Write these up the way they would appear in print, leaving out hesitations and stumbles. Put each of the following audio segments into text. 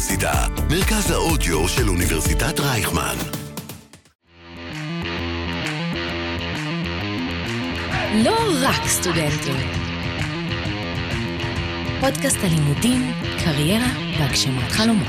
האוניברסיטה, מרכז האודיו של אוניברסיטת רייכמן. לא רק סטודנטים. פודקאסט הלימודים, קריירה והגשמת חלומות.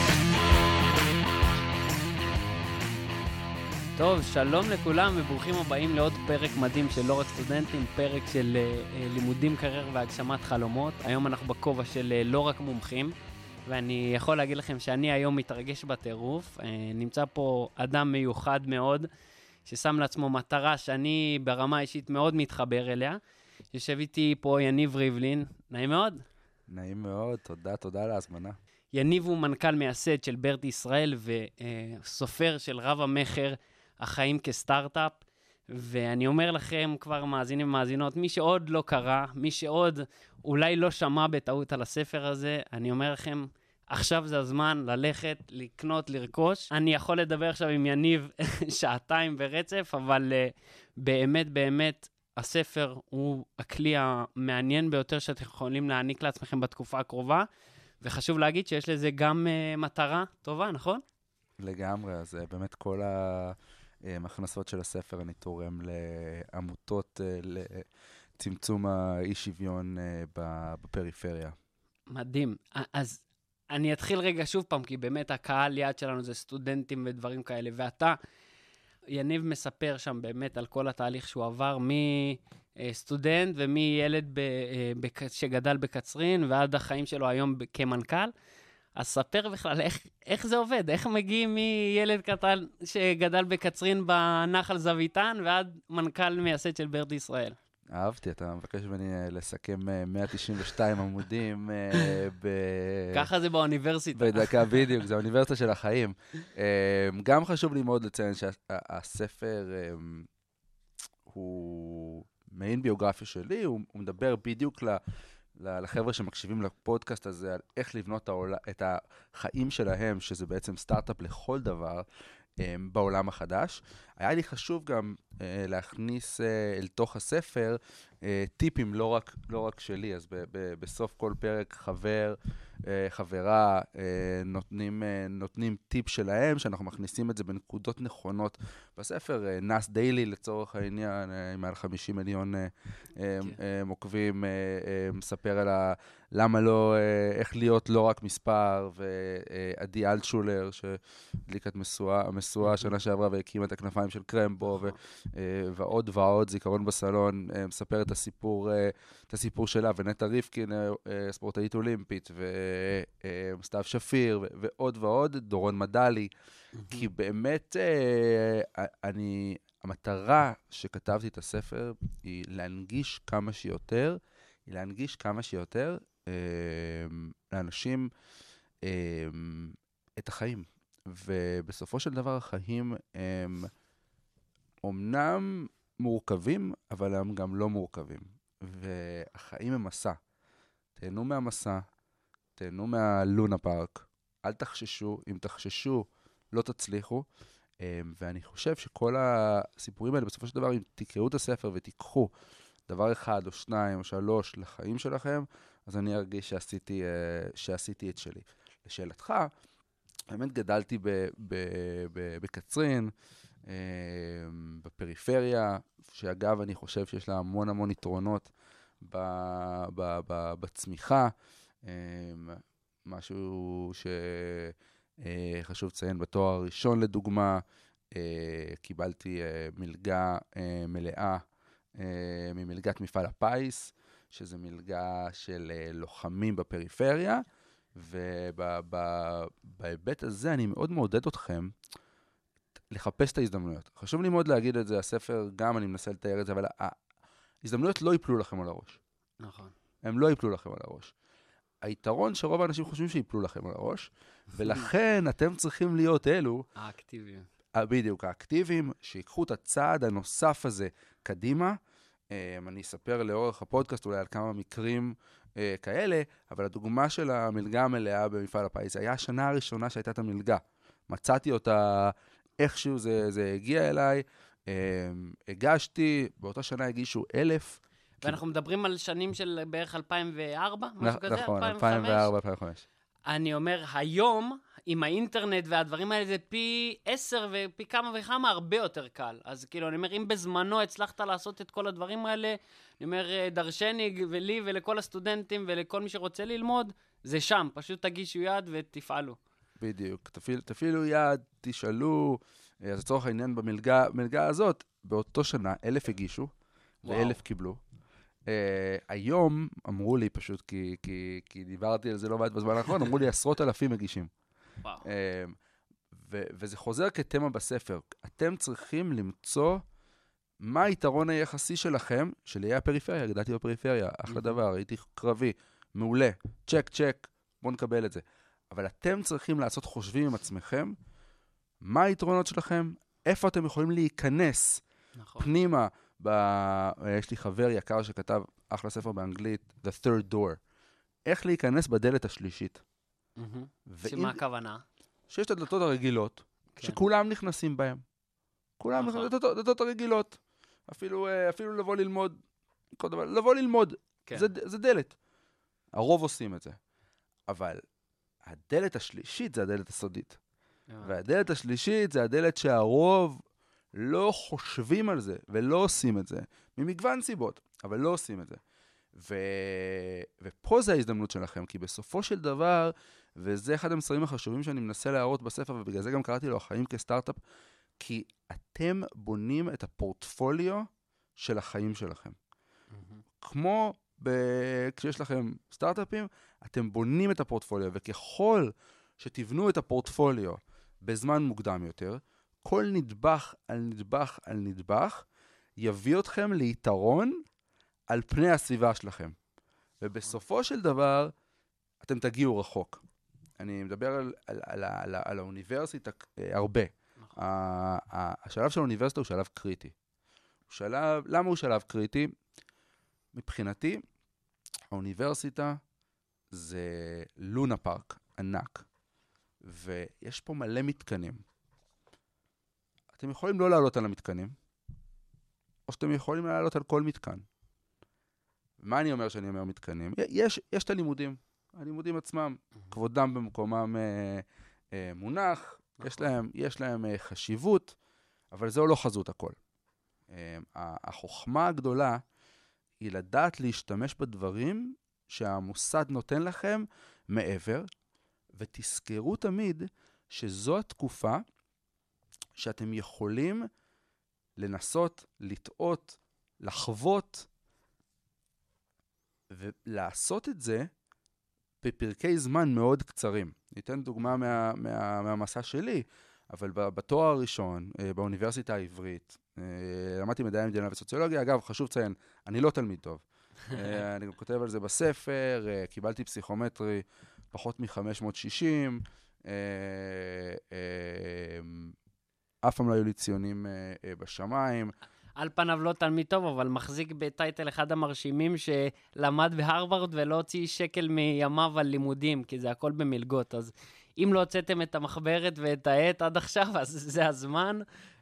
טוב, שלום לכולם וברוכים הבאים לעוד פרק מדהים של לא רק סטודנטים, פרק של לימודים, קריירה והגשמת חלומות. היום אנחנו בכובע של לא רק מומחים, ואני יכול להגיד לכם שאני היום מתרגש בטירוף. נמצא פה אדם מיוחד מאוד, ששם לעצמו מטרה שאני ברמה אישית מאוד מתחבר אליה. יושב איתי פה יניב ריבלין, נעים מאוד. נעים מאוד, תודה על ההזמנה. יניב הוא מנכ"ל מייסד של ברט ישראל וסופר של רב המחר החיים כסטארט-אפ, ואני אומר לכם כבר מאזינים ומאזינות, מי שעוד לא קרא, מי שעוד אולי לא שמע בטעות על הספר הזה, אני אומר לכם, עכשיו זה הזמן ללכת, לקנות, לרכוש. אני יכול לדבר עכשיו עם יניב שעתיים ברצף, אבל באמת הספר הוא הכלי המעניין ביותר שאתם יכולים להעניק לעצמכם בתקופה הקרובה, וחשוב להגיד שיש לזה גם מטרה טובה, נכון? לגמרי, אז באמת כל ההכנסות של הספר אני תורם לעמותות לצמצום האי שוויון בפריפריה. מדהים. אז אני אתחיל רגע שוב פעם, כי באמת הקהל יעד שלנו זה סטודנטים ודברים כאלה, ואתה, יניב מספר שם באמת על כל התהליך שהוא עבר, מסטודנט ומילד שגדל בקצרין, ועד החיים שלו היום כמנכ"ל. אז ספר בכלל, איך זה עובד? איך מגיעים מילד קטן שגדל בקצרין בנחל זוויתן, ועד מנכ"ל מייסד של ברט ישראל? אהבתי, אתה מבקש ממני לסכם 192 עמודים ככה זה באוניברסיטה. בדקה, בדיוק, זה האוניברסיטה של החיים. גם חשוב לי מאוד לציין שהספר הוא מעין ביוגרפיה שלי, הוא מדבר בדיוק לחבר'ה שמקשיבים לפודקאסט הזה, על איך לבנות את החיים שלהם, שזה בעצם סטארט-אפ לכל דבר, בעולם החדש. היה לי חשוב גם להכניס אל תוך הספר טיפים, לא רק שלי, אז בסוף כל פרק חברה נותנים טיפ שלהם, שאנחנו מכניסים את זה בנקודות נכונות בספר. נאס דיילי לצורך העניין, מעל 50 מיליון עוקבים, מספר על למה לא, איך להיות לא רק מספר, ועדי אלטשולר, שהדליקת המשואה שנה שעברה והקימה את הכנפיים של קרמבו, ועוד זיכרון בסלון, מספר את הסיפור שלה, ונטע ריפקין, ספורטאית אולימפית, וסתיו שפיר, ועוד, דורון מדלי, כי באמת המטרה שכתבתי את הספר היא להנגיש כמה שיותר לאנשים את החיים. ובסופו של דבר החיים הם אומנם מורכבים, אבל הם גם לא מורכבים. והחיים הם מסע. תהנו מהמסע, תהנו מהלונה פארק, אל תחששו, אם תחששו לא תצליחו. ואני חושב שכל הסיפורים האלה, בסופו של דבר, אם תקראו את הספר ותיקחו דבר אחד או שניים או שלוש לחיים שלכם, אז אני ארגיש שעשיתי את שלי. לשאלתך, באמת גדלתי בקצרין, בפריפריה, שאגב אני חושב שיש לה המון יתרונות בצמיחה, משהו שחשוב לציין בתואר הראשון לדוגמה, קיבלתי מלגה מלאה ממלגת מפעל הפיס, שזה מלגה של לוחמים בפריפריה, ובהיבט הזה אני מאוד מעודד אתכם לחפש את ההזדמנויות. חשוב לי מאוד להגיד את זה, הספר גם אני מנסה לתאר את זה, אבל ההזדמנויות לא ייפלו לכם על הראש. נכון. הם לא ייפלו לכם על הראש. היתרון שרוב האנשים חושבים שיפלו לכם על הראש, ולכן אתם צריכים להיות אלו, האקטיביים. בדיוק, האקטיביים, שיקחו את הצעד הנוסף הזה קדימה. אני אספר לאורך הפודקאסט אולי על כמה מקרים כאלה, אבל הדוגמה של המלגה המלאה במפעל הפיס, היה השנה הראשונה שהייתה את המלגה. מצאתי אותה איכשהו, זה הגיע אליי, הגשתי, באותה שנה הגישו 1,000. ואנחנו מדברים על שנים של בערך 2004, משהו כזה? נכון, 2004, 2005. אני אומר, היום, עם האינטרנט והדברים האלה, זה פי 10 ופי כמה וכמה הרבה יותר קל. אז כאילו, אני אומר, אם בזמנו הצלחת לעשות את כל הדברים האלה, אני אומר, דרשני ולי ולכל הסטודנטים ולכל מי שרוצה ללמוד, זה שם, פשוט תגישו יד ותפעלו. בדיוק, תפעילו יד, תשאלו, אז לצורך העניין במלגה הזאת, באותו שנה 1,000 הגישו, ו1,000 קיבלו. היום אמרו לי פשוט, כי דיברתי על זה לא מעט בזמן האחרון, אמרו לי 10,000 מגישים. וזה חוזר כתמה בספר. אתם צריכים למצוא מה היתרון היחסי שלכם, שלי הפריפריה, גדלתי בפריפריה, אחלה דבר, הייתי קרבי, מעולה, צ'ק, בואו נקבל את זה. אבל אתם צריכים לעשות חושבים עם עצמכם, מה היתרונות שלכם, איפה אתם יכולים להיכנס פנימה, יש לי חבר יקר שכתב אחלה ספר באנגלית, The Third Door, איך להיכנס בדלת השלישית. שמה הכוונה? שיש את הדלתות הרגילות, שכולם נכנסים בהן. כולם נכנסים, דלתות הרגילות. אפילו לבוא ללמוד, לבוא ללמוד, זה דלת. הרוב עושים את זה. אבל הדלת השלישית זה הדלת הסודית. והדלת השלישית זה הדלת שהרוב לא חושבים על זה, ולא עושים את זה, ממגוון סיבות, אבל לא עושים את זה. ופה זה ההזדמנות שלכם, כי בסופו של דבר, וזה אחד המסרים החשובים שאני מנסה להראות בספר, ובגלל זה גם קראתי לו החיים כסטארט-אפ, כי אתם בונים את הפורטפוליו של החיים שלכם. כמו כשיש לכם סטארט-אפים, אתם בונים את הפורטפוליו, וככל שתבנו את הפורטפוליו בזמן מוקדם יותר, כל נדבך על נדבך על נדבך, יביא אתכם ליתרון על פני הסביבה שלכם. ובסופו של דבר, אתם תגיעו רחוק. אני מדבר על האוניברסיטה הרבה. השלב של האוניברסיטה הוא שלב קריטי. למה הוא שלב קריטי? מבחינתי, האוניברסיטה זה לונה פארק ענק, ויש פה מלא מתקנים. אתם יכולים לא לעלות על המתקנים, או שאתם יכולים לעלות על כל מתקן. מה אני אומר שאני אומר מתקנים? יש את הלימודים, הלימודים עצמם, כבודם במקומם מונח, יש להם חשיבות, אבל זהו לא חזות הכל. החוכמה הגדולה היא לדעת להשתמש בדברים שהמוסד נותן לכם מעבר, ותזכרו תמיד שזו התקופה שאתם יכולים לנסות, לטעות, לחוות, ולעשות את זה בפרקי זמן מאוד קצרים. ניתן דוגמה מהמסע שלי, אבל בתואר הראשון, באוניברסיטה העברית, למדתי מדעי המדינה וסוציולוגיה. אגב, חשוב לציין, אני לא תלמיד טוב. אני גם כותב על זה בספר, קיבלתי פסיכומטרי פחות מ-560, אף פעם לא היו לי ציונים בשמיים. על פניו לא תלמיד טוב, אבל מחזיק בטייטל אחד המרשימים שלמד בהרווארד ולא הוציא שקל מימיו על לימודים, כי זה הכל במלגות. אז אם לא הוצאתם את המחברת ואת העט עד עכשיו, אז זה הזמן.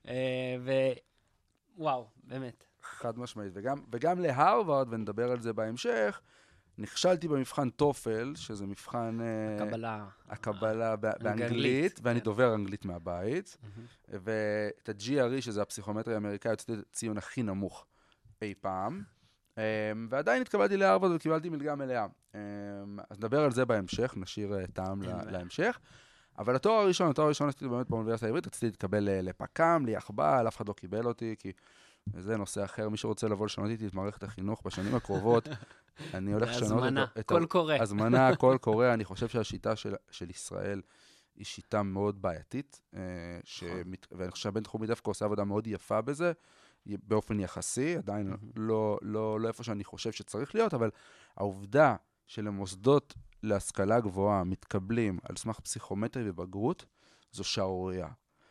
וואו, באמת. חד משמעית. וגם להרווארד, ונדבר על זה בהמשך, נכשלתי במבחן טופל, שזה מבחן הקבלה באנגלית, ואני דובר אנגלית מהבית, ואת ה-GRE, שזה הפסיכומטרי האמריקאי, יוצאתי את הציון הכי נמוך אי פעם, ועדיין התקבלתי להרווארד וקיבלתי מלגה מלאה. אז נדבר על זה בהמשך, נשאיר טעם להמשך. אבל התואר הראשון עשיתי באמת באוניברסיטה העברית, רציתי להתקבל לפק"ם, ליחב"ל, אף אחד לא קיבל אותי, כי זה נושא אחר, מי שרוצה לבוא לשנות איתי את מערכת החינוך בשנים הקרובות, אני הולך לשנות הזמנה, קול קורא. הזמנה, קול קורא. אני חושב שהשיטה של ישראל היא שיטה מאוד בעייתית, ואני חושב שהבינתחומי דווקא עושה עבודה מאוד יפה בזה, באופן יחסי, עדיין לא איפה שאני חושב שצריך להיות, אבל העובדה שלמוסדות להשכלה גבוהה מתקבלים על סמך פסיכומטרי ובגרות, זו שערוריה.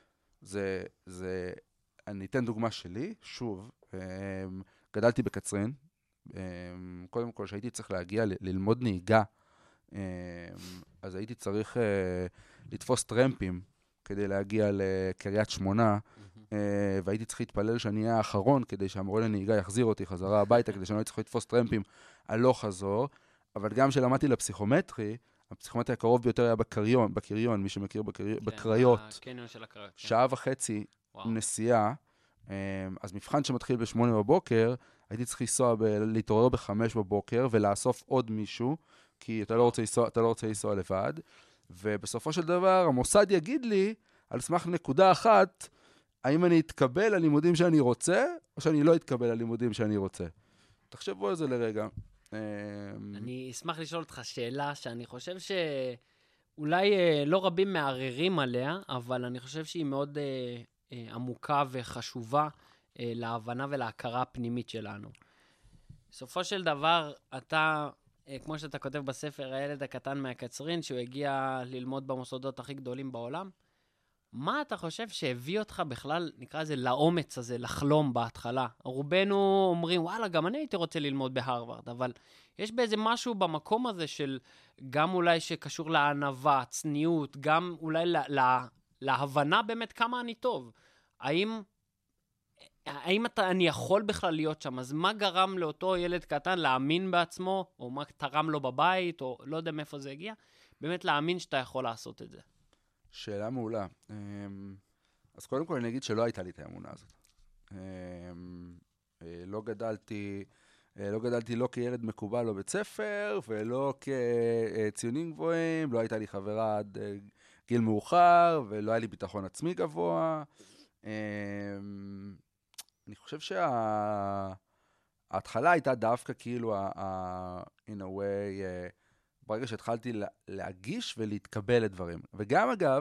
אני אתן דוגמה שלי, שוב, גדלתי בקצרין, קודם כל שהייתי צריך להגיע ללמוד נהיגה, אז הייתי צריך לתפוס טרמפים כדי להגיע לקריית שמונה, והייתי צריך להתפלל שאני אהיה האחרון כדי שהמורה לנהיגה יחזיר אותי חזרה הביתה, כדי שאני לא צריך לתפוס טרמפים הלוך חזור, אבל גם כשלמדתי לפסיכומטרי, הפסיכומטרי הקרוב ביותר היה בקריון, מי שמכיר בקריות. הקניון של הקריות. שעה וחצי נסיעה, אז מבחן שמתחיל ב-8 בבוקר, הייתי צריך להתעורר ב-5 בבוקר ולאסוף עוד מישהו, כי אתה לא רוצה לנסוע לבד, ובסופו של דבר המוסד יגיד לי, על סמך נקודה אחת, האם אני אתקבל ללימודים שאני רוצה, או שאני לא אתקבל ללימודים שאני רוצה. תחשבו על זה לרגע. אני אשמח לשאול אותך שאלה שאני חושב שאולי לא רבים מערערים עליה, אבל אני חושב שהיא מאוד עמוקה וחשובה להבנה ולהכרה הפנימית שלנו. בסופו של דבר, אתה, כמו שאתה כותב בספר, הילד הקטן מהקצרין, שהוא הגיע ללמוד במוסדות הכי גדולים בעולם, מה אתה חושב שהביא אותך בכלל, נקרא לזה, לאומץ הזה, לחלום בהתחלה? רובנו אומרים, וואלה, גם אני הייתי רוצה ללמוד בהרווארד, אבל יש באיזה משהו במקום הזה של גם אולי שקשור לענווה, צניעות, גם אולי להבנה באמת כמה אני טוב. האם אני יכול בכלל להיות שם? אז מה גרם לאותו ילד קטן להאמין בעצמו, או מה תרם לו בבית, או לא יודע מאיפה זה הגיע, באמת להאמין שאתה יכול לעשות את זה? שאלה מעולה. אז קודם כל אני אגיד שלא הייתה לי את האמונה הזאת. לא גדלתי לא כילד מקובל בבית ספר, ולא כציונים גבוהים, לא הייתה לי חברה עד גיל מאוחר, ולא היה לי ביטחון עצמי גבוה. אני חושב שההתחלה הייתה דווקא כאילו, in a way, ברגע שהתחלתי להגיש ולהתקבל לדברים. וגם אגב,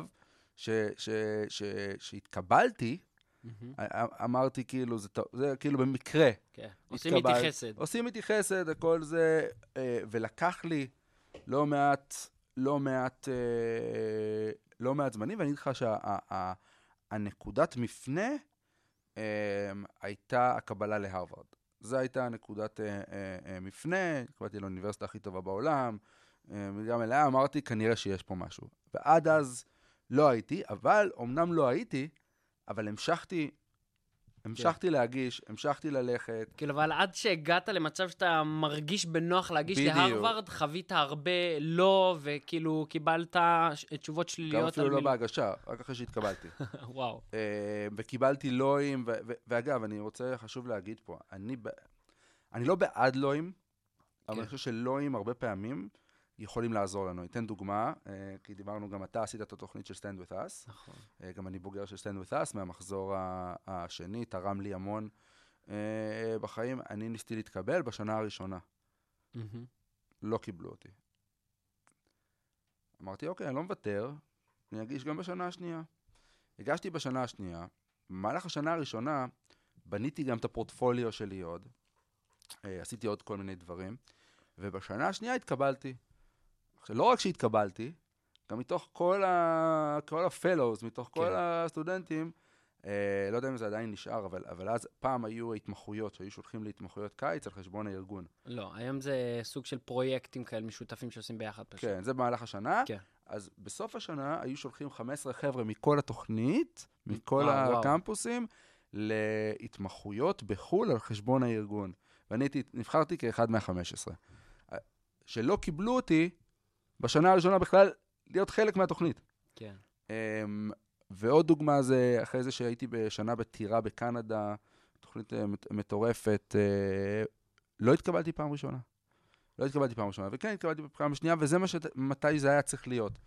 שהתקבלתי, אמרתי כאילו, זה כאילו במקרה. כן, עושים איתי חסד. עושים איתי חסד, הכל זה, ולקח לי לא מעט זמנים, ואני אגיד לך שהנקודת מפנה הייתה הקבלה להרווארד. זו הייתה נקודת מפנה, קבלתי לאוניברסיטה הכי טובה בעולם, גם אליה אמרתי, כנראה שיש פה משהו. ועד אז לא הייתי, אבל, אמנם לא הייתי, אבל המשכתי להגיש, המשכתי ללכת. כאילו, אבל עד שהגעת למצב שאתה מרגיש בנוח להגיש להרווארד, חווית הרבה לא, וכאילו קיבלת תשובות שליליות. גם אפילו לא בהגשה, רק אחרי שהתקבלתי. וואו. וקיבלתי לואים, ואגב, חשוב להגיד פה, אני לא בעד לואים, אבל אני חושב שלואים הרבה פעמים יכולים לעזור לנו. אתן דוגמה, כי דיברנו גם אתה עשית את התוכנית של Stand With Us. נכון. גם אני בוגר של Stand With Us, מהמחזור השני, תרם לי המון בחיים. אני ניסיתי להתקבל בשנה הראשונה. לא קיבלו אותי. אמרתי, אוקיי, אני לא מוותר, אני אגיש גם בשנה השנייה. הגשתי בשנה השנייה, במהלך השנה הראשונה, בניתי גם את הפורטפוליו שלי עוד. עשיתי עוד כל מיני דברים, ובשנה השנייה התקבלתי. לא רק שהתקבלתי, גם מתוך כל ה-fellows, מתוך כל הסטודנטים, לא יודע אם זה עדיין נשאר, אבל אז פעם היו התמחויות, שהיו שולחים לי התמחויות קיץ על חשבון הארגון. לא, היום זה סוג של פרויקטים כאלה משותפים שעושים ביחד פשוט. כן, זה במהלך השנה. כן. אז בסוף השנה היו שולחים 15 חבר'ה מכל התוכנית, מכל הקמפוסים, להתמחויות בחול על חשבון הארגון. ואני נבחרתי כאחד מה-15. שלא קיבלו אותי בשנה הראשונה בכלל להיות חלק מהתוכנית. כן. ועוד דוגמה זה אחרי זה שהייתי בשנה בטירה בקנדה, תוכנית מטורפת, לא התקבלתי פעם ראשונה. וכן התקבלתי בפעם השנייה, וזה מתי זה היה צריך להיות.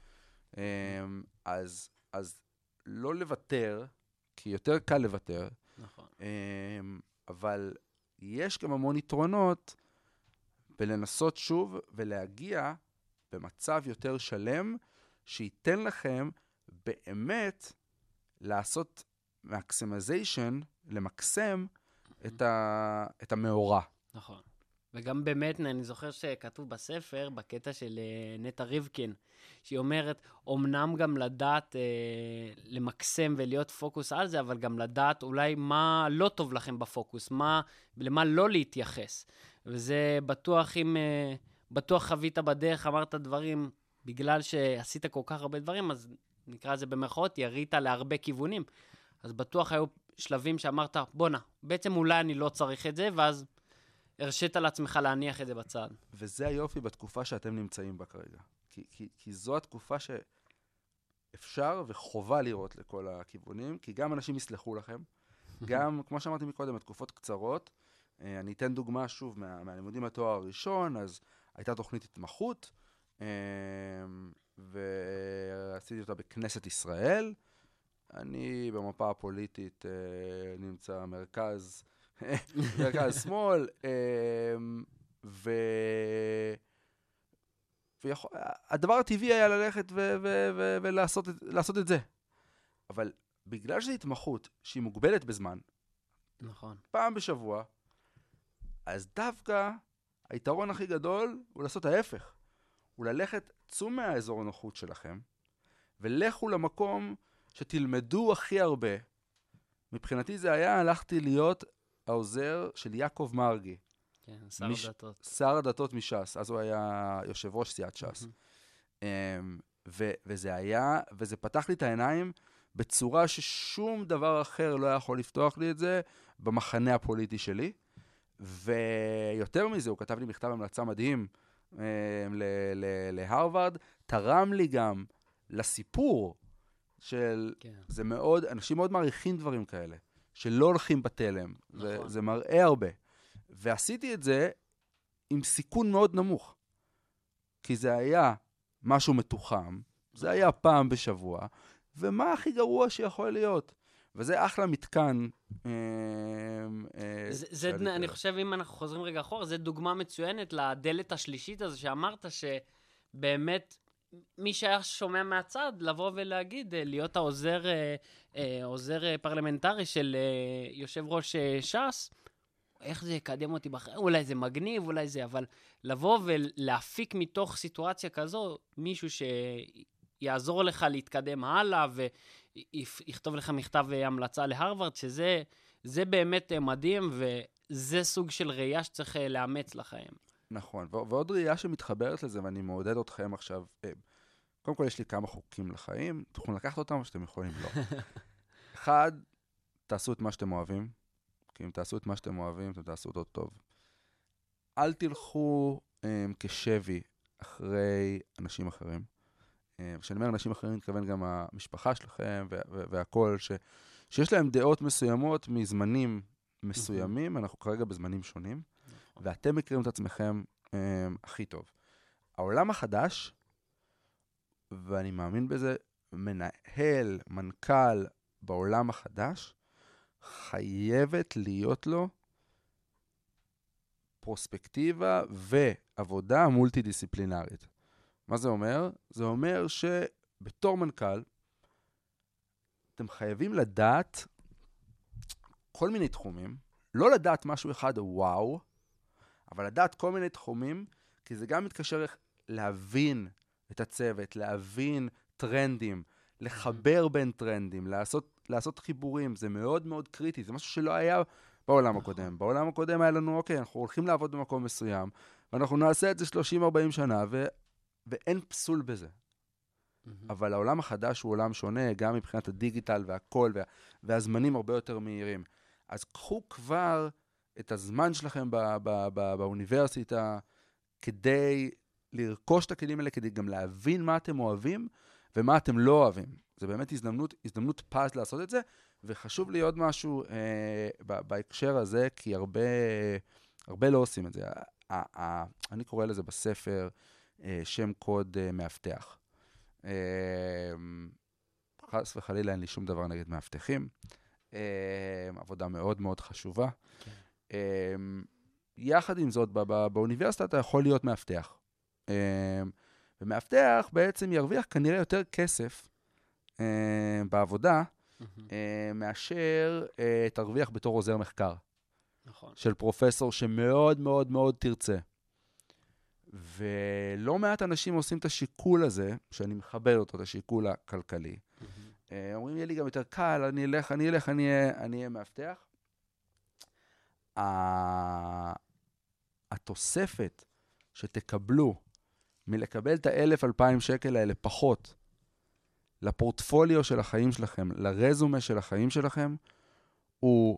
אז לא לוותר, כי יותר קל לוותר. נכון. אבל יש גם המון יתרונות בלנסות שוב ולהגיע במצב יותר שלם, שייתן לכם באמת לעשות maximization, למקסם את המאורע. נכון. וגם באמת, אני זוכר שכתוב בספר, בקטע של נטע ריבקין, שהיא אומרת, אומנם גם לדעת למקסם ולהיות פוקוס על זה, אבל גם לדעת אולי מה לא טוב לכם בפוקוס, למה לא להתייחס. וזה בטוח חווית בדרך, אמרת דברים, בגלל שעשית כל כך הרבה דברים, אז נקרא זה במרכאות, ירית להרבה כיוונים. אז בטוח היו שלבים שאמרת, בונה, בעצם אולי אני לא צריך את זה, ואז הרשית לעצמך להניח את זה בצד. וזה היופי בתקופה שאתם נמצאים בה כרגע. כי זו התקופה שאפשר וחובה לראות לכל הכיוונים, כי גם אנשים יסלחו לכם, גם, כמו שאמרתי מקודם, התקופות קצרות. אני אתן דוגמה שוב מהלימודים התואר הראשון, אז הייתה תוכנית התמחות, ועשיתי אותה בכנסת ישראל. אני במפה הפוליטית נמצא מרכז שמאל, והדבר הטבעי היה ללכת ולעשות את זה. אבל בגלל שזו התמחות שהיא מוגבלת בזמן, נכון. פעם בשבוע, אז דווקא היתרון הכי גדול הוא לעשות ההפך. הוא ללכת, צאו מהאזור הנוחות שלכם, ולכו למקום שתלמדו הכי הרבה. מבחינתי זה היה, הלכתי להיות העוזר של יעקב מרגי. כן, שר הדתות. שר הדתות מש"ס, אז הוא היה יושב ראש סיעת ש"ס. וזה היה, וזה פתח לי את העיניים בצורה ששום דבר אחר לא יכול לפתוח לי את זה במחנה הפוליטי שלי. ויותר מזה, הוא כתב לי מכתב המלצה מדהים להרווארד, תרם לי גם לסיפור של, זה מאוד, אנשים מאוד מעריכים דברים כאלה, שלא הולכים בתלם, זה מראה הרבה. ועשיתי את זה עם סיכון מאוד נמוך, כי זה היה משהו מתוחם, זה היה פעם בשבוע, ומה הכי גרוע שיכול להיות? וזה אחלה מתקן. אני חושב, אם אנחנו חוזרים רגע אחורה, זה דוגמה מצוינת לדלת השלישית הזו שאמרת, שבאמת מי שהיה שומע מהצד, לבוא ולהגיד, להיות העוזר פרלמנטרי של יושב ראש ש"ס, איך זה יקדם אותי בחיים? אולי זה מגניב, אולי זה, אבל לבוא ולהפיק מתוך סיטואציה כזו, מישהו שיעזור לך להתקדם הלאה, ויכתוב לך מכתב המלצה להרווארד, שזה באמת מדהים, וזה סוג של ראייה שצריך לאמץ לחיים. נכון, ועוד ראייה שמתחברת לזה, ואני מעודד אתכם עכשיו, קודם כל יש לי כמה חוקים לחיים, תוכלו לקחת אותם או שאתם יכולים לא. אחד, תעשו את מה שאתם אוהבים, כי אם תעשו את מה שאתם אוהבים, אתם תעשו אותו טוב. אל תלכו כשבי אחרי אנשים אחרים. כשאני אומר אנשים אחרים, מתכוון גם המשפחה שלכם והכל, שיש להם דעות מסוימות מזמנים מסוימים, אנחנו כרגע בזמנים שונים, ואתם מכירים את עצמכם הכי טוב. העולם החדש, ואני מאמין בזה, מנהל, מנכ"ל בעולם החדש, חייבת להיות לו פרוספקטיבה ועבודה מולטי-דיסציפלינרית. מה זה אומר? זה אומר שבתור מנכ"ל, אתם חייבים לדעת כל מיני תחומים, לא לדעת משהו אחד וואו, אבל לדעת כל מיני תחומים, כי זה גם מתקשר להבין את הצוות, להבין טרנדים, לחבר בין טרנדים, לעשות חיבורים, זה מאוד מאוד קריטי, זה משהו שלא היה בעולם הקודם. בעולם הקודם היה לנו, אוקיי, אנחנו הולכים לעבוד במקום מסוים, ואנחנו נעשה את זה 30-40 שנה, ואין פסול בזה. אבל העולם החדש הוא עולם שונה, גם מבחינת הדיגיטל והכל, והזמנים הרבה יותר מהירים. אז קחו כבר את הזמן שלכם באוניברסיטה, כדי לרכוש את הכלים האלה, כדי גם להבין מה אתם אוהבים, ומה אתם לא אוהבים. זה באמת הזדמנות פז לעשות את זה, וחשוב לי עוד משהו בהקשר הזה, כי הרבה לא עושים את זה. אני קורא לזה בספר שם קוד מאבטח. חס וחלילה אין לי שום דבר נגד מאבטחים. עבודה מאוד מאוד חשובה. יחד עם זאת, באוניברסיטה אתה יכול להיות מאבטח. ומאבטח בעצם ירוויח כנראה יותר כסף בעבודה, מאשר תרוויח בתור עוזר מחקר. נכון. של פרופסור שמאוד מאוד מאוד תרצה. ולא מעט אנשים עושים את השיקול הזה, שאני מכבד אותו, את השיקול הכלכלי. אומרים, יהיה לי גם יותר קל, אני אהיה מאבטח. התוספת שתקבלו מלקבל את 1,000-2,000 שקל האלה פחות, לפורטפוליו של החיים שלכם, לרזומה של החיים שלכם, הוא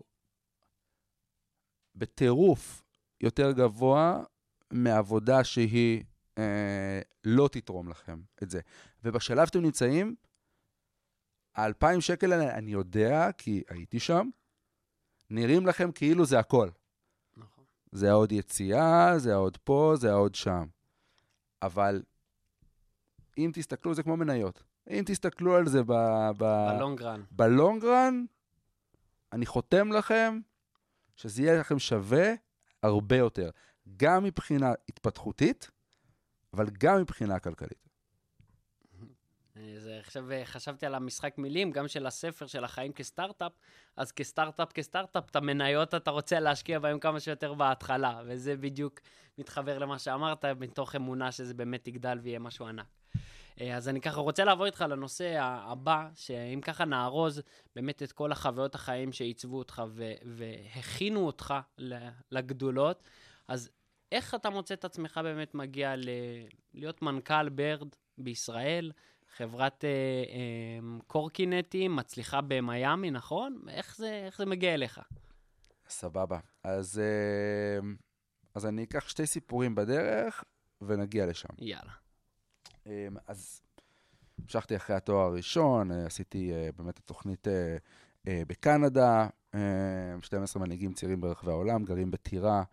בטירוף יותר גבוה מעבודה שהיא לא תתרום לכם את זה. ובשלב שאתם נמצאים, ה2,000 שקל האלה, אני יודע, כי הייתי שם, נראים לכם כאילו זה הכל. נכון. זה העוד יציאה, זה העוד פה, זה העוד שם. אבל אם תסתכלו, זה כמו מניות. אם תסתכלו על זה בלונגרן. בלונגרן, אני חותם לכם שזה יהיה לכם שווה הרבה יותר. גם מבחינה התפתחותית, אבל גם מבחינה כלכלית. עכשיו חשבתי על המשחק מילים, גם של הספר של החיים כסטארט-אפ, אז כסטארט-אפ, את המניות אתה רוצה להשקיע בהם כמה שיותר בהתחלה, וזה בדיוק מתחבר למה שאמרת, מתוך אמונה שזה באמת יגדל ויהיה משהו ענק. אז אני ככה רוצה לעבור איתך לנושא הבא, שאם ככה נארוז באמת את כל החוויות החיים שעיצבו אותך והכינו אותך לגדולות, אז איך אתה מוצא את עצמך באמת מגיע להיות מנכ"ל ברד בישראל, חברת קורקינטים, מצליחה במיימי, נכון? איך זה מגיע אליך? סבבה. אז אני אקח 2 סיפורים בדרך, ונגיע לשם. יאללה. אז המשכתי אחרי התואר הראשון, עשיתי באמת התוכנית בקנדה, 12 מנהיגים צעירים ברחבי העולם, גרים בטירה,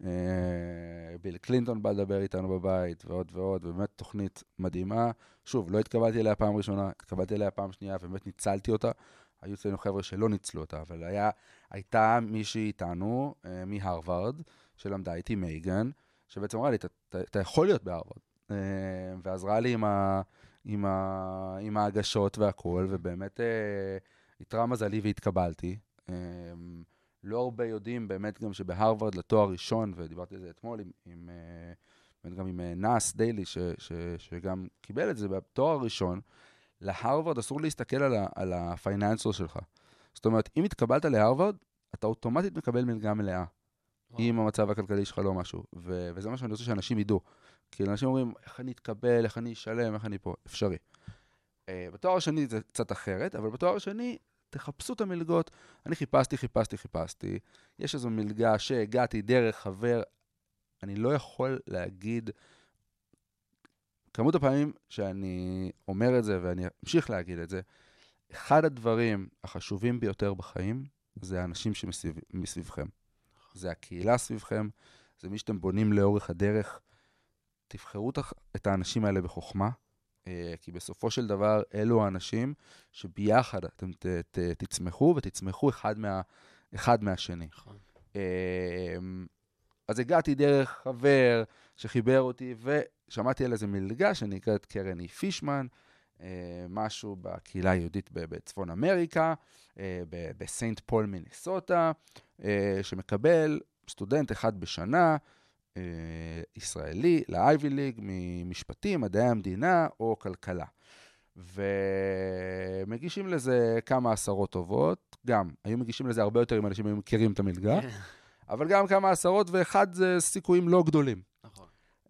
ביל קלינטון בא לדבר איתנו בבית, ועוד ועוד, ובאמת תוכנית מדהימה. שוב, לא התקבלתי אליה פעם ראשונה, התקבלתי אליה פעם שנייה, ובאמת ניצלתי אותה. היו אצלנו חבר'ה שלא ניצלו אותה, אבל הייתה מישהי איתנו, מהרווארד, שלמדה איתי מייגן, שבעצם אמרה לי, אתה יכול להיות בהרווארד. ועזרה לי עם ההגשות והכל, ובאמת התראה מזלי והתקבלתי. לא הרבה יודעים באמת גם שבהרווארד לתואר ראשון, ודיברתי על זה אתמול גם עם נאס דיילי, שגם קיבל את זה בתואר הראשון, להרווארד אסור להסתכל על הפייננסל שלך. זאת אומרת, אם התקבלת להרווארד, אתה אוטומטית מקבל מלגה מלאה. אם המצב הכלכלי שלך לא משהו. וזה מה שאני רוצה שאנשים ידעו. כי אנשים אומרים, איך אני אתקבל, איך אני אשלם, איך אני פה. אפשרי. בתואר השני זה קצת אחרת, אבל בתואר השני, תחפשו את המלגות. אני חיפשתי. יש איזו מלגה שהגעתי דרך חבר. אני לא יכול להגיד, כמות הפעמים שאני אומר את זה, ואני אמשיך להגיד את זה, אחד הדברים החשובים ביותר בחיים, זה האנשים שמסביבכם. זה הקהילה סביבכם, זה מי שאתם בונים לאורך הדרך. תבחרו את האנשים האלה בחוכמה, כי בסופו של דבר אלו האנשים שביחד אתם תצמחו, ותצמחו אחד מהשני. אז הגעתי דרך חבר שחיבר אותי, ושמעתי על איזה מלגה שנקראת קרן פישמן, משהו בקהילה היהודית בצפון אמריקה, בסיינט פול מינסוטה, שמקבל סטודנט אחד בשנה, ישראלי, לאייבי ליג, ממשפטים, מדעי המדינה או כלכלה. ומגישים לזה כמה עשרות טובות, גם, היו מגישים לזה הרבה יותר אם אנשים היו מכירים את המלגה, אבל גם כמה עשרות, ואחד זה סיכויים לא גדולים. נכון.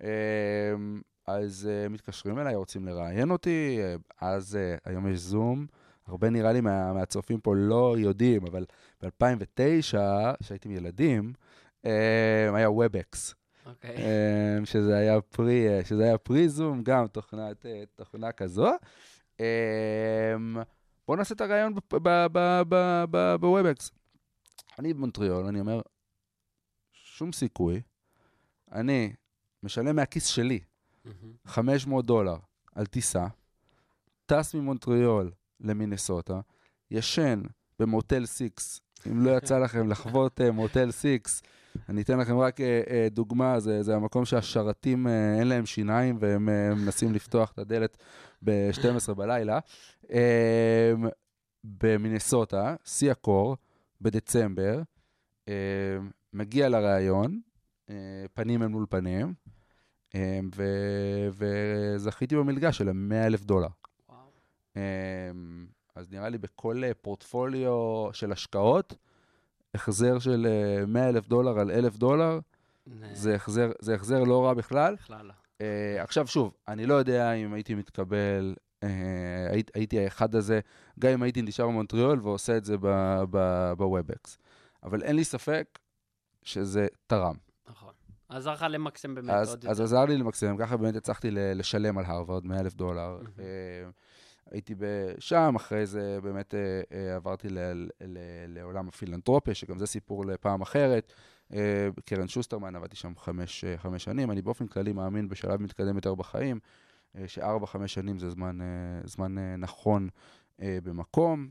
אז מתקשרים אליי, רוצים לראיין אותי, אז היום יש זום, הרבה נראה לי מהצופים פה לא יודעים, אבל ב-2009, שהייתי עם ילדים, היה WebEx. שזה היה פרי-זום, גם תוכנה כזו. בואו נעשה את הרעיון ב-WebEx. אני במונטריאול, אני אומר, שום סיכוי, אני משלם מהכיס שלי $500 על טיסה, טס ממונטריאול למינסוטה, ישן במוטל 6, אם לא יצא לכם לחוות מוטל 6, אני אתן לכם רק דוגמה, זה המקום שהשרתים אין להם שיניים, והם מנסים לפתוח את הדלת ב-12 בלילה. במינסוטה, שיא הקור, בדצמבר, מגיע לראיון, פנים הם מול פנים, וזכיתי במלגה של $100,000. אז נראה לי בכל פורטפוליו של השקעות, החזר של $100,000 על $1,000, זה החזר לא רע בכלל. עכשיו שוב, אני לא יודע אם הייתי מתקבל, הייתי האחד הזה, גם אם הייתי נשאר במונטריאול ועושה את זה בוובקס. אבל אין לי ספק שזה תרם. נכון. עזר לך למקסם באמת עוד יותר. אז עזר לי למקסם, ככה באמת הצלחתי לשלם על הרווארד $100,000. הייתי שם, אחרי זה באמת עברתי לעולם הפילנטרופיה, שגם זה סיפור לפעם אחרת. קרן שוסטרמן, עבדתי שם 5 שנים. אני באופן כללי מאמין בשלב מתקדם יותר בחיים, ש4-5 שנים זה זמן נכון במקום.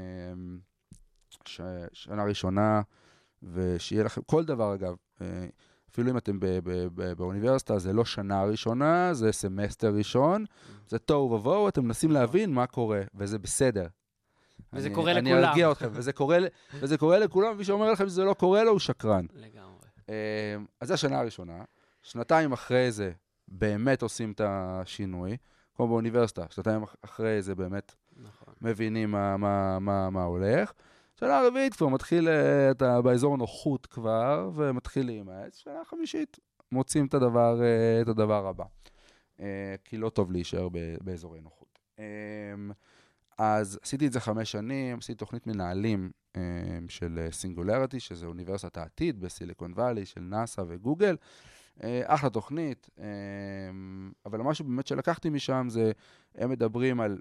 שנה ראשונה, ושיהיה לכם, כל דבר אגב, אפילו אם אתם באוניברסיטה, זה לא שנה ראשונה, זה סמסטר ראשון, זה תוהו ובוהו, אתם מנסים להבין מה קורה, וזה בסדר. וזה קורה לכולם. אני ארגיע אתכם, וזה קורה לכולם, מי שאומר לכם שזה לא קורה לו, הוא שקרן. לגמרי. אז זה השנה הראשונה, 2 אחרי זה באמת עושים את השינוי, כמו באוניברסיטה, 2 אחרי זה באמת מבינים מה הולך. שנה הרביעית כבר מתחיל, אתה באזור נוחות כבר, ומתחילים. שנה חמישית מוצאים את הדבר הבא. כי לא טוב להישאר באזורי נוחות. אז עשיתי את זה 5 שנים, עשיתי תוכנית מנהלים של סינגולריטי, שזה אוניברסיטת העתיד בסיליקון ואלי, של נאסא וגוגל. אחלה תוכנית, אבל משהו באמת שלקחתי משם זה, הם מדברים על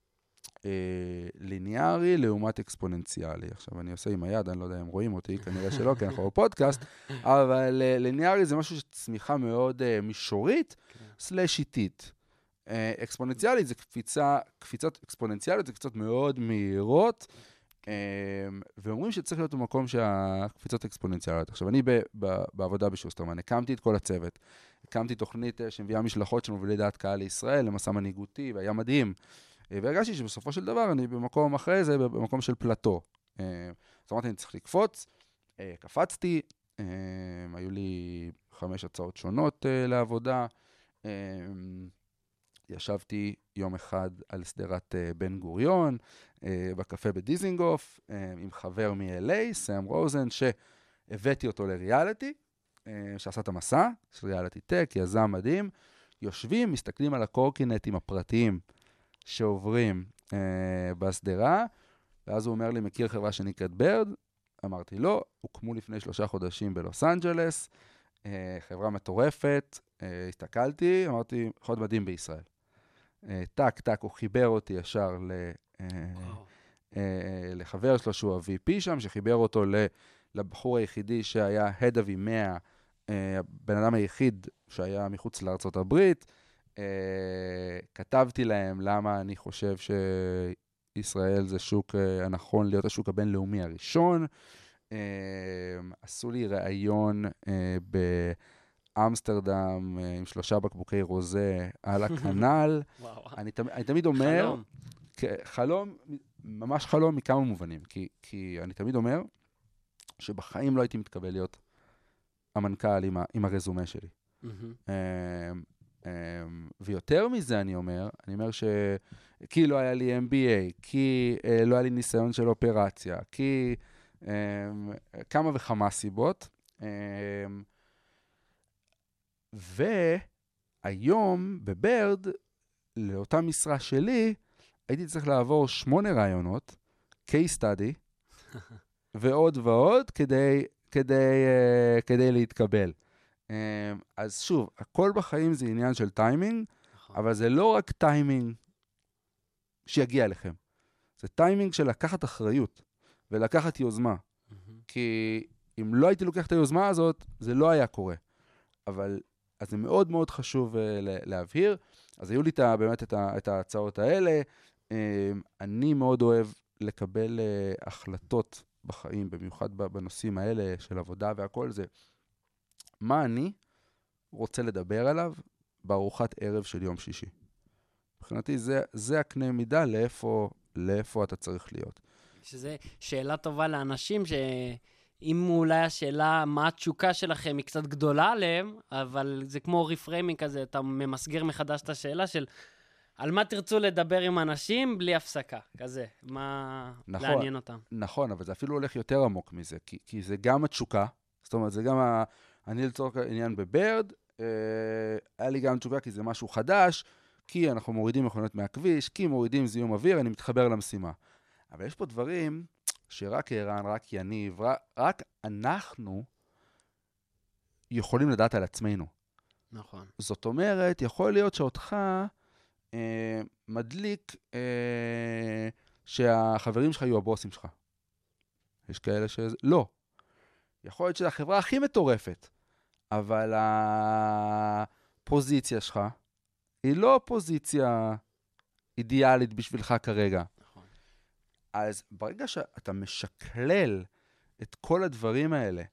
ליניארי לעומת אקספוננציאלי. עכשיו אני עושה עם היד, אני לא יודע אם רואים אותי, כנראה שלא, כי אנחנו בפודקאסט, אבל ליניארי זה משהו שצמיחה מאוד מישורית, סלש איטית. אקספוננציאלית זה קפיצות אקספוננציאליות, זה קפיצות מאוד מהירות, ואומרים שצריך להיות במקום שהקפיצות אקספוננציאליות. עכשיו אני בעבודה בשוסטרמן, הקמתי את כל הצוות, הקמתי תוכנית שמביאה משלחות של מובילי דעת קהל לישראל, למסע מנהיגותי, והיה מדהים. והרגשתי שבסופו של דבר אני במקום אחרי זה, במקום של פלטו. אז אמרתי, אני צריך לקפוץ, קפצתי, היו לי 5 הצעות שונות לעבודה, ישבתי יום אחד על סדרת בן גוריון, בקפה בדיזינגוף, עם חבר מ-LA, סם רוזן, שהבאתי אותו לריאליטי, שעשה את המסע, של ריאליטי טק, יזם מדהים, יושבים, מסתכלים על הקורקינטים הפרטיים, שעוברים בסדרה, ואז הוא אומר לי, מכיר חברה שנקראת ברד? אמרתי, לא, הוקמו לפני 3 חודשים בלוס אנג'לס, חברה מטורפת, הסתכלתי, אמרתי, חוד מדהים בישראל. טק, הוא חיבר אותי ישר לחבר שלו, שהוא ה-VP שם, שחיבר אותו לבחור היחידי שהיה Head of 100, הבן אדם היחיד שהיה מחוץ לארצות הברית, כתבתי להם למה אני חושב שישראל זה שוק הנכון להיות השוק הבינלאומי הראשון. עשו לי ראיון באמסטרדם עם 3 בקבוקי רוזה על הקנל. אני תמיד אומר, חלום, ממש חלום מכמה מובנים, כי אני תמיד אומר שבחיים לא הייתי מתקבל להיות המנכ"ל עם הרזומה שלי. ויותר מזה אני אומר כי לא היה לי MBA, כי לא היה לי ניסיון של אופרציה, כי כמה וכמה סיבות. והיום בברד, לאותה משרה שלי, הייתי צריך לעבור 8 רעיונות, case study, ועוד ועוד כדי להתקבל. אז שוב, הכל בחיים זה עניין של טיימינג, אבל זה לא רק טיימינג שיגיע אליכם. זה טיימינג של לקחת אחריות ולקחת יוזמה. כי אם לא הייתי לוקח את היוזמה הזאת, זה לא היה קורה. אבל אז זה מאוד מאוד חשוב להבהיר. אז היו לי באמת את ההצעות האלה. אני מאוד אוהב לקבל החלטות בחיים, במיוחד בנושאים האלה של עבודה והכל זה. מה אני רוצה לדבר עליו בארוחת ערב של יום שישי? מבחינתי זה הקנה מידה לאיפה אתה צריך להיות. שזה שאלה טובה לאנשים שאם אולי השאלה מה התשוקה שלכם היא קצת גדולה עליהם, אבל זה כמו ריפריימינג כזה, אתה ממסגר מחדש את השאלה של על מה תרצו לדבר עם אנשים בלי הפסקה, כזה, מה לעניין אותם. נכון, אבל זה אפילו הולך יותר עמוק מזה, כי זה גם התשוקה, זאת אומרת, זה גם אני לצורך העניין בברד, היה לי גם תשוקה כי זה משהו חדש, כי אנחנו מורידים מכוניות מהכביש, כי מורידים זיהום אוויר, אני מתחבר למשימה. אבל יש פה דברים שרק ערן, רק יניב, רק אנחנו יכולים לדעת על עצמנו. נכון. זאת אומרת, יכול להיות שאותך מדליק שהחברים שלך יהיו הבוסים שלך. יש כאלה לא. יכול להיות שזו החברה הכי מטורפת, אבל הפוזיציה שלך היא לא פוזיציה אידיאלית בשבילך כרגע. נכון. אז ברגע שאתה משקלל את כל הדברים האלה,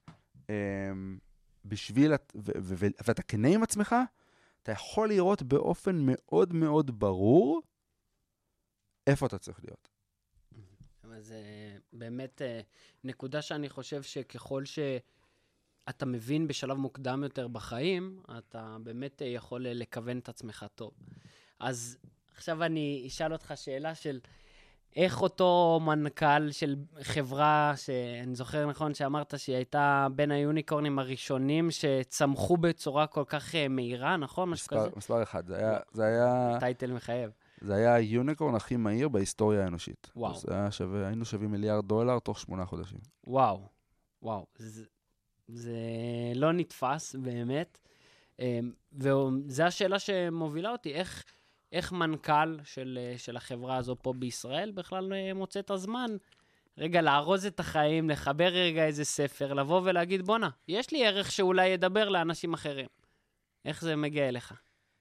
ואתה כנה עם עצמך, אתה יכול לראות באופן מאוד מאוד ברור איפה אתה צריך להיות. אבל זה באמת נקודה שאני חושב שככל שאתה מבין בשלב מוקדם יותר בחיים, אתה באמת יכול לכוון את עצמך טוב. אז עכשיו אני אשאל אותך שאלה של איך אותו מנכ"ל של חברה, שאני זוכר נכון שאמרת שהיא הייתה בין היוניקורנים הראשונים שצמחו בצורה כל כך מהירה, נכון? משהו כזה? מספר אחד, זה היה... טייטל מחייב. זה היה היוניקורן הכי מהיר בהיסטוריה האנושית. וואו. זה היה שווה, היינו שווים $1 מיליארד תוך 8 חודשים. וואו, וואו. זה לא נתפס באמת. וזו השאלה שמובילה אותי, איך מנכ"ל של החברה הזו פה בישראל בכלל מוצא את הזמן, רגע, לארוז את החיים, לחבר רגע איזה ספר, לבוא ולהגיד, בונה, יש לי ערך שאולי ידבר לאנשים אחרים. איך זה מגיע אליך?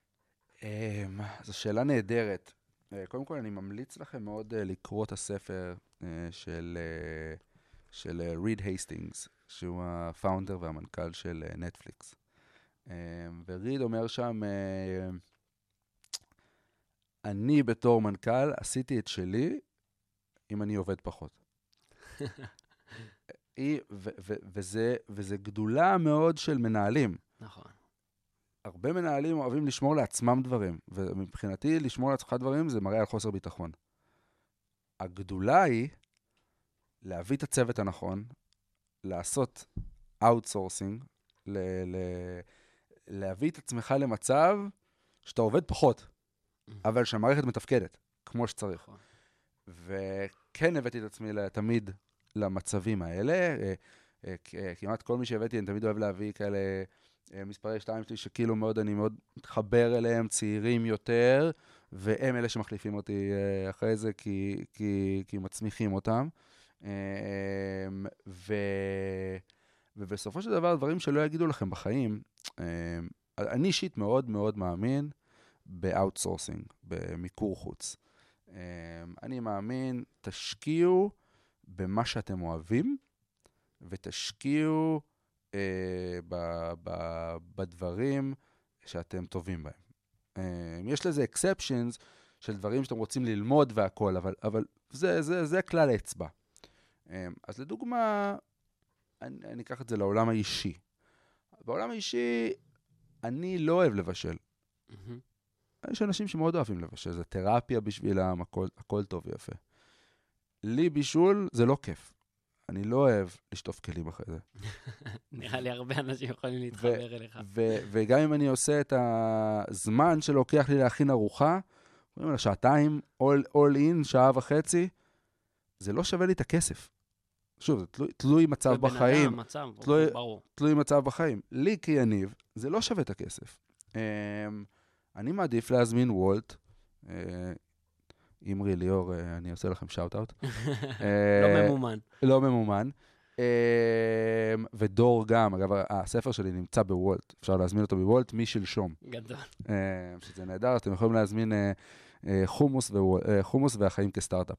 זו שאלה נהדרת. קודם כל, אני ממליץ לכם מאוד לקרוא את הספר של ריד הייסטינגס, שהוא הפאונדר והמנכ"ל של נטפליקס. וריד אומר שם, אני בתור מנכ"ל עשיתי את שלי אם אני עובד פחות. וזה גדולה מאוד של מנהלים. נכון. הרבה מנהלים אוהבים לשמור לעצמם דברים, ומבחינתי לשמור לעצמך דברים זה מראה על חוסר ביטחון. הגדולה היא להביא את הצוות הנכון, לעשות אאוטסורסינג, להביא את עצמך למצב שאתה עובד פחות, אבל שהמערכת מתפקדת, כמו שצריך. וכן הבאתי את עצמי תמיד למצבים האלה, כמעט כל מי שהבאתי, אני תמיד אוהב להביא כאלה מספרי 2 שלי שכאילו אני מאוד מתחבר אליהם, צעירים יותר, והם אלה שמחליפים אותי אחרי זה, כי מצמיחים אותם. ובסופו של דבר, דברים שלא יגידו לכם בחיים, אני אישית מאוד מאוד מאמין באוטסורסינג, במיקור חוץ. אני מאמין, תשקיעו במה שאתם אוהבים, ותשקיעו בדברים שאתם טובים בהם. יש לזה exceptions של דברים שאתם רוצים ללמוד והכל, אבל זה כלל האצבע. אז לדוגמה, אני אקח את זה לעולם האישי. בעולם האישי, אני לא אוהב לבשל. יש אנשים שמאוד אוהבים לבשל, זה תרפיה בשבילם, הכל טוב ויפה. לי בישול זה לא כיף. אני לא אוהב לשטוף כלים אחרי זה. נראה לי הרבה אנשים יכולים להתחבר אליך. וגם אם אני עושה את הזמן שלוקח לי להכין ארוחה, אומרים לה, שעתיים, all in, שעה וחצי, זה לא שווה לי את הכסף. שוב, זה תלוי מצב בחיים. תלוי מצב בחיים. לי כיניב, זה לא שווה את הכסף. אני מעדיף להזמין וולט, אמרי ליאור, אני עושה לכם שאוט-אוט. לא ממומן. לא ממומן. ודור גם, אגב, הספר שלי נמצא בוולט, אפשר להזמין אותו בוולט משלשום. גדול. שזה נהדר, אתם יכולים להזמין חומוס והחיים כסטארט-אפ.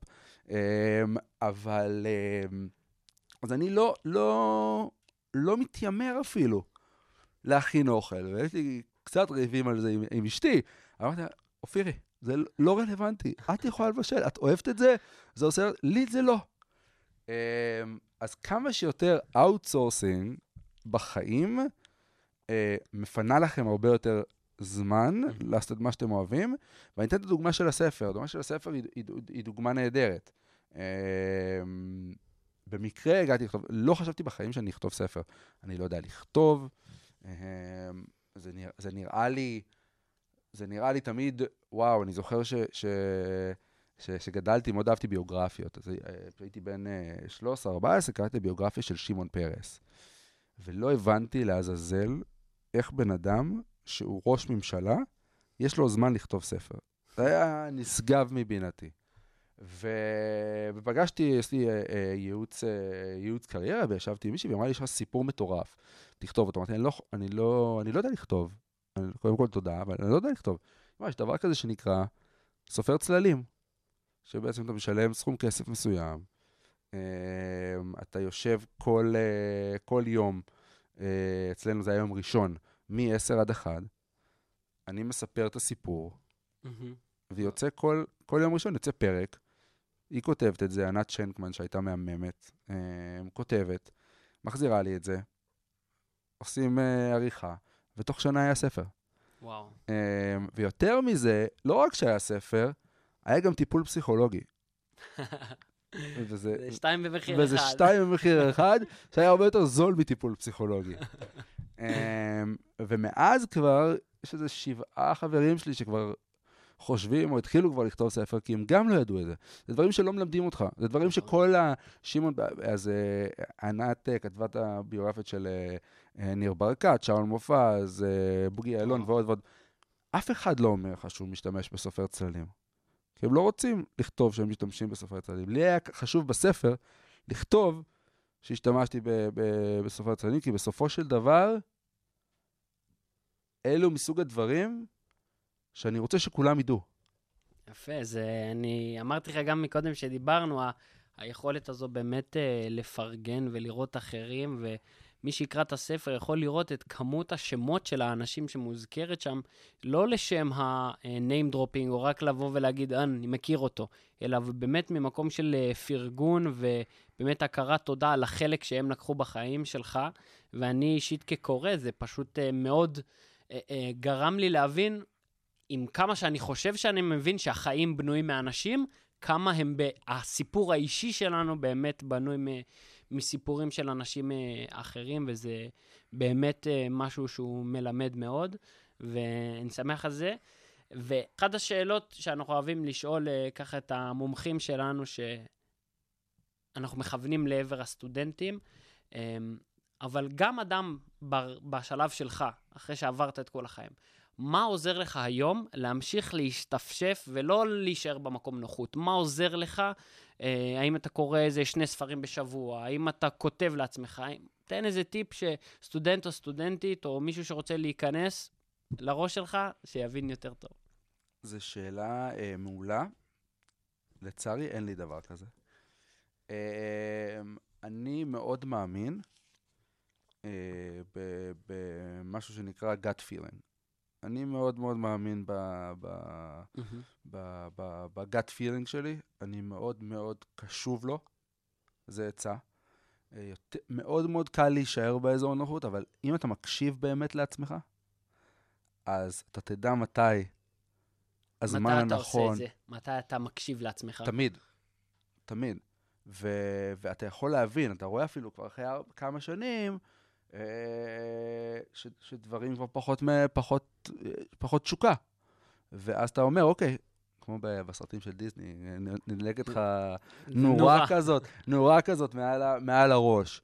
אבל, אז אני לא מתיימר אפילו להכין אוכל, ויש לי קצת ריבים על זה עם אשתי. אמרתי, אופירי, זה לא רלוונטי, את יכולה לבשל, את אוהבת את זה, זה עושה, לי זה לא. אז כמה שיותר אאוטסורסינג בחיים, מפנה לכם הרבה יותר זמן לעשות את מה שאתם אוהבים, ואני אתן את הדוגמה של הספר. הדוגמה של הספר היא דוגמה נהדרת. במקרה הגעתי לכתוב, לא חשבתי בחיים שאני אכתוב ספר. אני לא יודע לכתוב, זה נראה לי תמיד, וואו, אני זוכר שגדלתי, מאוד אהבתי ביוגרפיות. אז הייתי בין 13-14, קראתי ביוגרפיה של שמעון פרס. ולא הבנתי לעזאזל איך בן אדם שהוא ראש ממשלה, יש לו זמן לכתוב ספר. זה היה נשגב מבינתי. ופגשתי, יש לי ייעוץ קריירה, וישבתי עם מישהי, והיא אמרה לי, יש לך סיפור מטורף, תכתוב אותו. אמרתי, אני לא יודע לכתוב. קודם כל תודה, אבל אני לא יודע לכתוב. יש דבר כזה שנקרא סופר צללים, שבעצם אתה משלם סכום כסף מסוים, אתה יושב כל יום, אצלנו זה היום ראשון, מ-10 עד 1, אני מספר את הסיפור, ויוצא כל יום ראשון, יוצא פרק, היא כותבת את זה, ענת שנקמן שהייתה מהממת, כותבת, מחזירה לי את זה, עושים עריכה, ותוך שנה היה ספר. וואו. ויותר מזה, לא רק שהיה ספר, היה גם טיפול פסיכולוגי. זה 2 במחיר אחד. וזה 2 במחיר אחד, שהיה הרבה יותר זול מטיפול פסיכולוגי. ומאז כבר, יש איזה 7 חברים שלי שכבר חושבים, או התחילו כבר לכתוב ספר, כי הם גם לא ידעו את זה. זה דברים שלא מלמדים אותך. זה דברים שכל השימון, אז ענת כתבה את הביוגרפיות של ניר ברקת, שאול מופז, בוגי אלון ועוד ועוד. אף אחד לא אומר לך שהוא משתמש בסופר צללים. כי הם לא רוצים לכתוב שהם משתמשים בסופר צללים. לי היה חשוב בספר לכתוב שהשתמשתי בסופר צללים, כי בסופו של דבר, אלו מסוג הדברים שאני רוצה שכולם ידעו. יפה, אני אמרתי לך גם מקודם שדיברנו, היכולת הזו באמת לפרגן ולראות אחרים, ומי שיקרא את הספר יכול לראות את כמות השמות של האנשים שמוזכרת שם, לא לשם ה-name dropping, או רק לבוא ולהגיד, אני מכיר אותו, אלא באמת ממקום של פרגון, ובאמת הכרת תודה על החלק שהם לקחו בחיים שלך, ואני אישית כקורא, זה פשוט מאוד גרם לי להבין, עם כמה שאני חושב שאני מבין שהחיים בנויים מאנשים, כמה הם הסיפור האישי שלנו באמת בנוי מסיפורים של אנשים אחרים, וזה באמת משהו שהוא מלמד מאוד, ואני שמח על זה. ואחת השאלות שאנחנו אוהבים לשאול ככה את המומחים שלנו, שאנחנו מכוונים לעבר הסטודנטים, אבל גם אדם בשלב שלך, אחרי שעברת את כל החיים, מה עוזר לך היום להמשיך להשתפשף ולא להישאר במקום נוחות? מה עוזר לך? האם אתה קורא איזה 2 ספרים בשבוע? האם אתה כותב לעצמך? תן איזה טיפ שסטודנט או סטודנטית או מישהו שרוצה להיכנס לראש שלך, שיבין יותר טוב. זו שאלה מעולה. לצערי אין לי דבר כזה. אני מאוד מאמין במשהו שנקרא gut feeling. אני מאוד מאוד מאמין בגאט פילינג שלי, אני מאוד מאוד קשוב לו, זה עצה. מאוד מאוד קל להישאר באזור הנוחות, אבל אם אתה מקשיב באמת לעצמך, אז אתה תדע מתי הזמן הנכון. מתי אתה עושה את זה? מתי אתה מקשיב לעצמך? תמיד. ואתה יכול להבין, אתה רואה אפילו כבר אחרי כמה שנים, שדברים כבר פחות תשוקה. ואז אתה אומר, אוקיי, כמו בסרטים של דיסני, נדלקת לך נורה כזאת מעל הראש.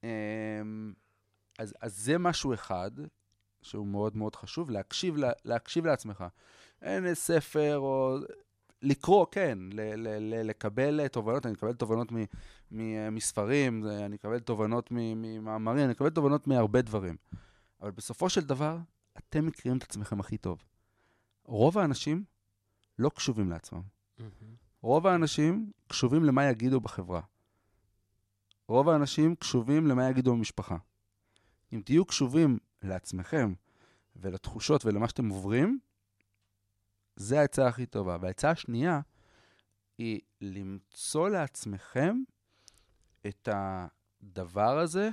אז זה משהו אחד, שהוא מאוד מאוד חשוב, להקשיב לעצמך. אין ספר או לקרוא, כן, לקבל תובנות, אני מקבל תובנות מספרים, אני מקבל תובנות ממאמרים, אני מקבל תובנות מהרבה דברים. אבל בסופו של דבר, אתם מכירים את עצמכם הכי טוב. רוב האנשים לא קשובים לעצמם. רוב האנשים קשובים למה יגידו בחברה. רוב האנשים קשובים למה יגידו במשפחה. אם תהיו קשובים לעצמכם ולתחושות ולמה שאתם עוברים, זה ההצעה הכי טובה. וההצעה השנייה היא למצוא לעצמכם את הדבר הזה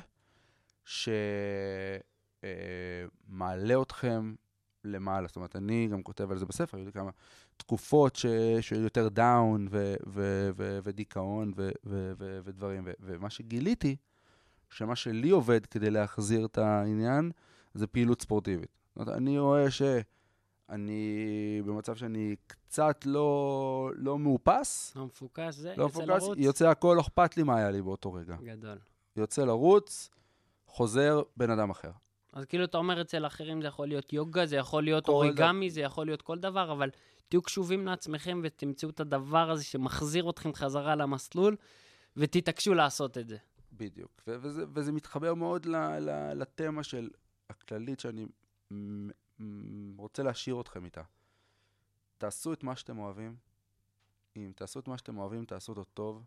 שמעלה אתכם למעלה. זאת אומרת, אני גם כותב על זה בספר, היו לי כמה תקופות שהיו יותר דאון ודיכאון ודברים. ומה שגיליתי, שמה שלי עובד כדי להחזיר את העניין, זה פעילות ספורטיבית. זאת אומרת, אני רואה אני במצב שאני קצת לא מאופס. לא מפוקס, יוצא לרוץ. יוצא הכל, אכפת לי מה היה לי באותו רגע. גדול. יוצא לרוץ, חוזר בן אדם אחר. אז כאילו אתה אומר אצל אחרים זה יכול להיות יוגה, זה יכול להיות כל אוריגמי, זה יכול להיות כל דבר, אבל תהיו קשובים לעצמכם ותמצאו את הדבר הזה שמחזיר אתכם חזרה למסלול, ותתעקשו לעשות את זה. בדיוק. וזה מתחבר מאוד לתמה של הכללית שאני רוצה להשאיר אתכם איתה. תעשו את מה שאתם אוהבים. אם תעשו את מה שאתם אוהבים, תעשו אותו טוב.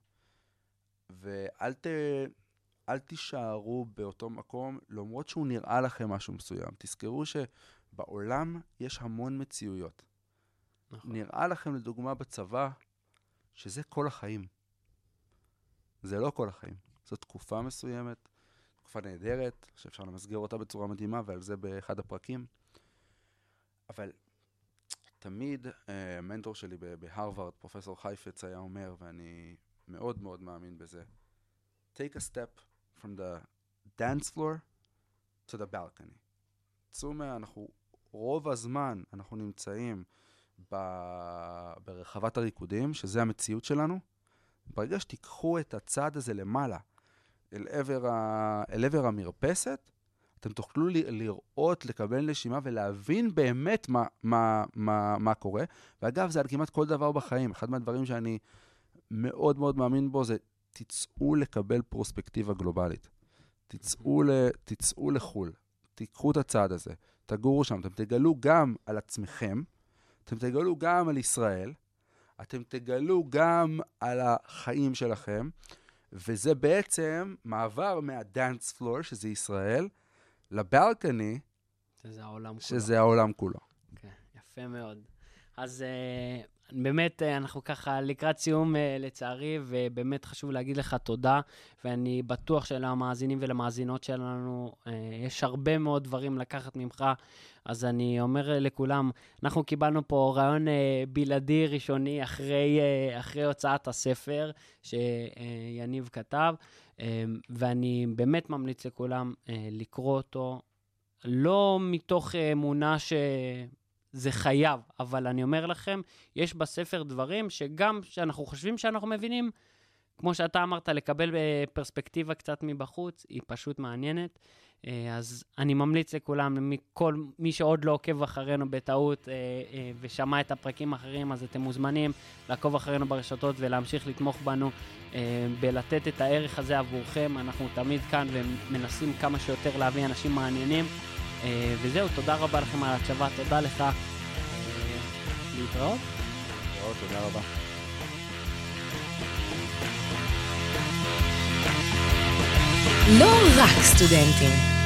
ואל תישארו באותו מקום, למרות שהוא נראה לכם משהו מסוים. תזכרו שבעולם יש המון מציאויות. נכון. נראה לכם לדוגמה בצבא, שזה כל החיים. זה לא כל החיים. זו תקופה מסוימת, תקופה נהדרת, שאפשר למסגר אותה בצורה מדהימה, ועל זה באחד הפרקים. אבל תמיד, המנטור שלי בהרווארד, פרופסור חייפץ, היה אומר, ואני מאוד מאוד מאמין בזה, take a step from the dance floor to the balcony. אנחנו, רוב הזמן אנחנו נמצאים ברחבת הריקודים, שזה המציאות שלנו. ברגע שתיקחו את הצעד הזה למעלה, אל עבר המרפסת, אתם תוכלו לראות, לקבל נשימה ולהבין באמת מה קורה. ואגב, זה על כמעט כל דבר בחיים. אחד מהדברים שאני מאוד מאוד מאמין בו זה, תצאו לקבל פרוספקטיבה גלובלית. תצאו לחול. תיקחו את הצעד הזה. תגורו שם. אתם תגלו גם על עצמכם. אתם תגלו גם על ישראל. אתם תגלו גם על החיים שלכם. וזה בעצם מעבר מהדאנס פלור, שזה ישראל, לבלקני, שזה העולם כולו. כן, יפה מאוד. אז באמת אנחנו ככה לקראת סיום לצערי, ובאמת חשוב להגיד לך תודה, ואני בטוח שלמאזינים ולמאזינות שלנו יש הרבה מאוד דברים לקחת ממך, אז אני אומר לכולם, אנחנו קיבלנו פה רעיון בלעדי ראשוני אחרי הוצאת הספר שיניב כתב, ואני באמת ממליץ לכולם לקרוא אותו, לא מתוך אמונה זה חייב, אבל אני אומר לכם, יש בספר דברים שגם שאנחנו חושבים שאנחנו מבינים, כמו שאתה אמרת, לקבל פרספקטיבה קצת מבחוץ, היא פשוט מעניינת. אז אני ממליץ לכולם, כל מי שעוד לא עוקב אחרינו בטעות ושמע את הפרקים האחרים, אז אתם מוזמנים לעקוב אחרינו ברשתות ולהמשיך לתמוך בנו, בלתת את הערך הזה עבורכם. אנחנו תמיד כאן ומנסים כמה שיותר להביא אנשים מעניינים. וזהו, תודה רבה לכם על ההקשבה, תודה לך. להתראות. תודה רבה. לא רק סטודנטים.